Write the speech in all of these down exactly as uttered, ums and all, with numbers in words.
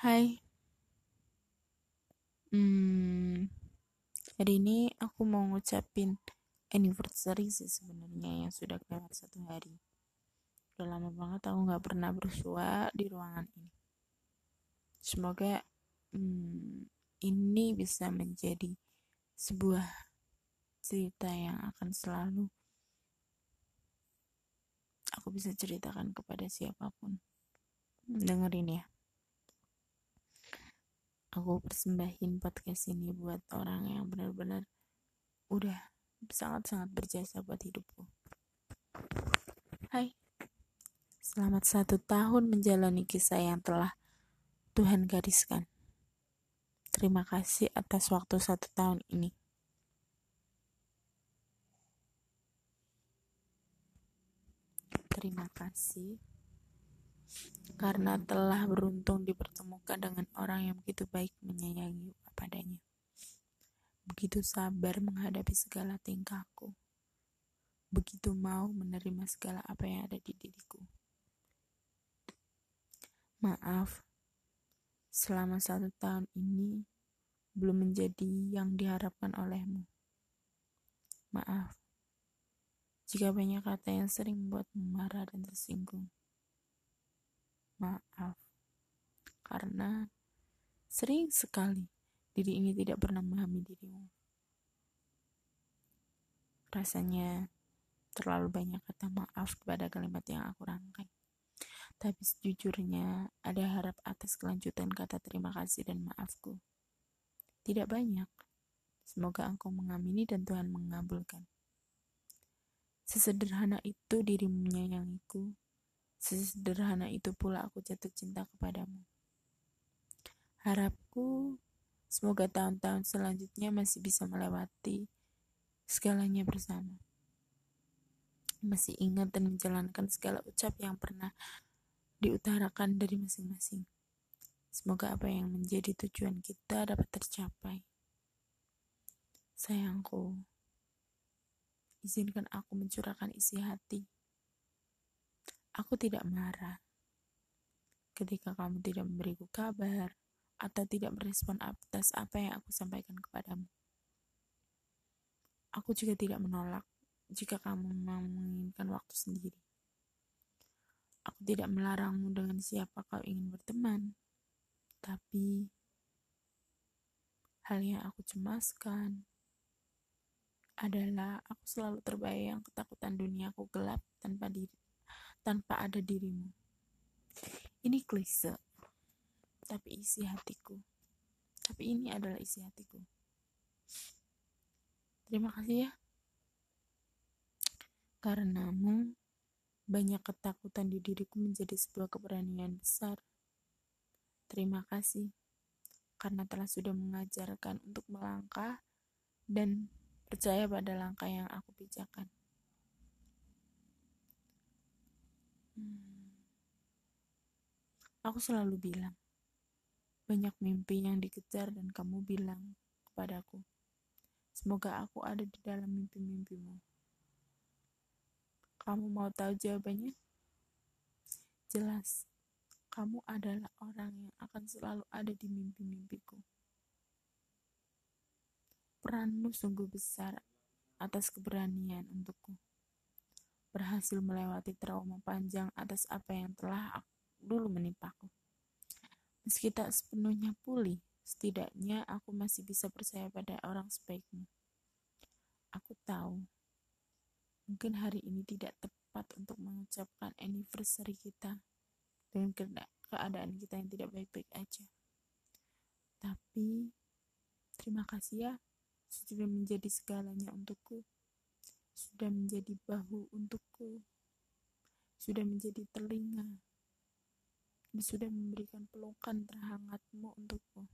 Hai, hmm, hari ini aku mau ngucapin anniversary sih sebenarnya yang sudah lewat satu hari. Udah lama banget aku nggak pernah bersua di ruangan ini. Semoga hmm, ini bisa menjadi sebuah cerita yang akan selalu aku bisa ceritakan kepada siapapun. Dengerin ya, aku persembahin podcast ini buat orang yang benar-benar udah sangat-sangat berjasa buat hidupku. Hai. Selamat satu tahun menjalani kisah yang telah Tuhan gariskan. Terima kasih atas waktu satu tahun ini. Terima kasih karena telah beruntung dipertemukan dengan orang yang begitu baik menyayangi padanya. Begitu sabar menghadapi segala tingkahku. Begitu mau menerima segala apa yang ada di diriku. Maaf, selama satu tahun ini belum menjadi yang diharapkan olehmu. Maaf, jika banyak kata yang sering membuatmu marah dan tersinggung. Maaf, karena sering sekali diri ini tidak pernah memahami dirimu. Rasanya terlalu banyak kata maaf kepada kalimat yang aku rangkai. Tapi sejujurnya ada harap atas kelanjutan kata terima kasih dan maafku. Tidak banyak. Semoga engkau mengamini dan Tuhan mengabulkan. Sesederhana itu dirimu menyayangiku. Sesederhana itu pula aku jatuh cinta kepadamu. Harapku semoga tahun-tahun selanjutnya masih bisa melewati segalanya bersama. Masih ingat dan menjalankan segala ucap yang pernah diutarakan dari masing-masing. Semoga apa yang menjadi tujuan kita dapat tercapai. Sayangku, izinkan aku mencurahkan isi hati. Aku tidak marah ketika kamu tidak memberiku kabar atau tidak merespon atas apa yang aku sampaikan kepadamu. Aku juga tidak menolak jika kamu menginginkan waktu sendiri. Aku tidak melarangmu dengan siapa kau ingin berteman, tapi hal yang aku cemaskan adalah aku selalu terbayang ketakutan duniaku gelap tanpa diri, tanpa ada dirimu. Ini klise, tapi isi hatiku. Tapi ini adalah isi hatiku. Terima kasih ya. Karenamu, banyak ketakutan di diriku menjadi sebuah keberanian besar. Terima kasih karena telah sudah mengajarkan untuk melangkah dan percaya pada langkah yang aku pijakan. Hmm. Aku selalu bilang, banyak mimpi yang dikejar dan kamu bilang kepadaku, semoga aku ada di dalam mimpi-mimpimu. Kamu mau tahu jawabannya? Jelas, kamu adalah orang yang akan selalu ada di mimpi-mimpiku. Peranmu sungguh besar atas keberanian untukku. Berhasil melewati trauma panjang atas apa yang telah aku, dulu menimpaku. Meski tak sepenuhnya pulih, setidaknya aku masih bisa percaya pada orang sebaikmu. Aku tahu, mungkin hari ini tidak tepat untuk mengucapkan anniversary kita dengan keadaan kita yang tidak baik-baik aja. Tapi, terima kasih ya, sudah menjadi segalanya untukku. Sudah menjadi bahu untukku. Sudah menjadi telinga. Dan sudah memberikan pelukan terhangatmu untukku.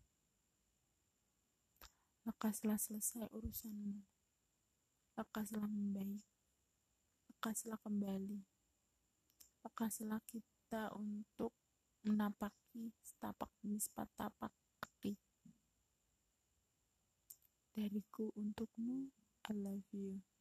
Lekaslah selesai urusanmu. Lekaslah membaik. Lekaslah kembali. Lekaslah kita untuk menapaki setapak demi setapak kaki. Dariku untukmu, I love you.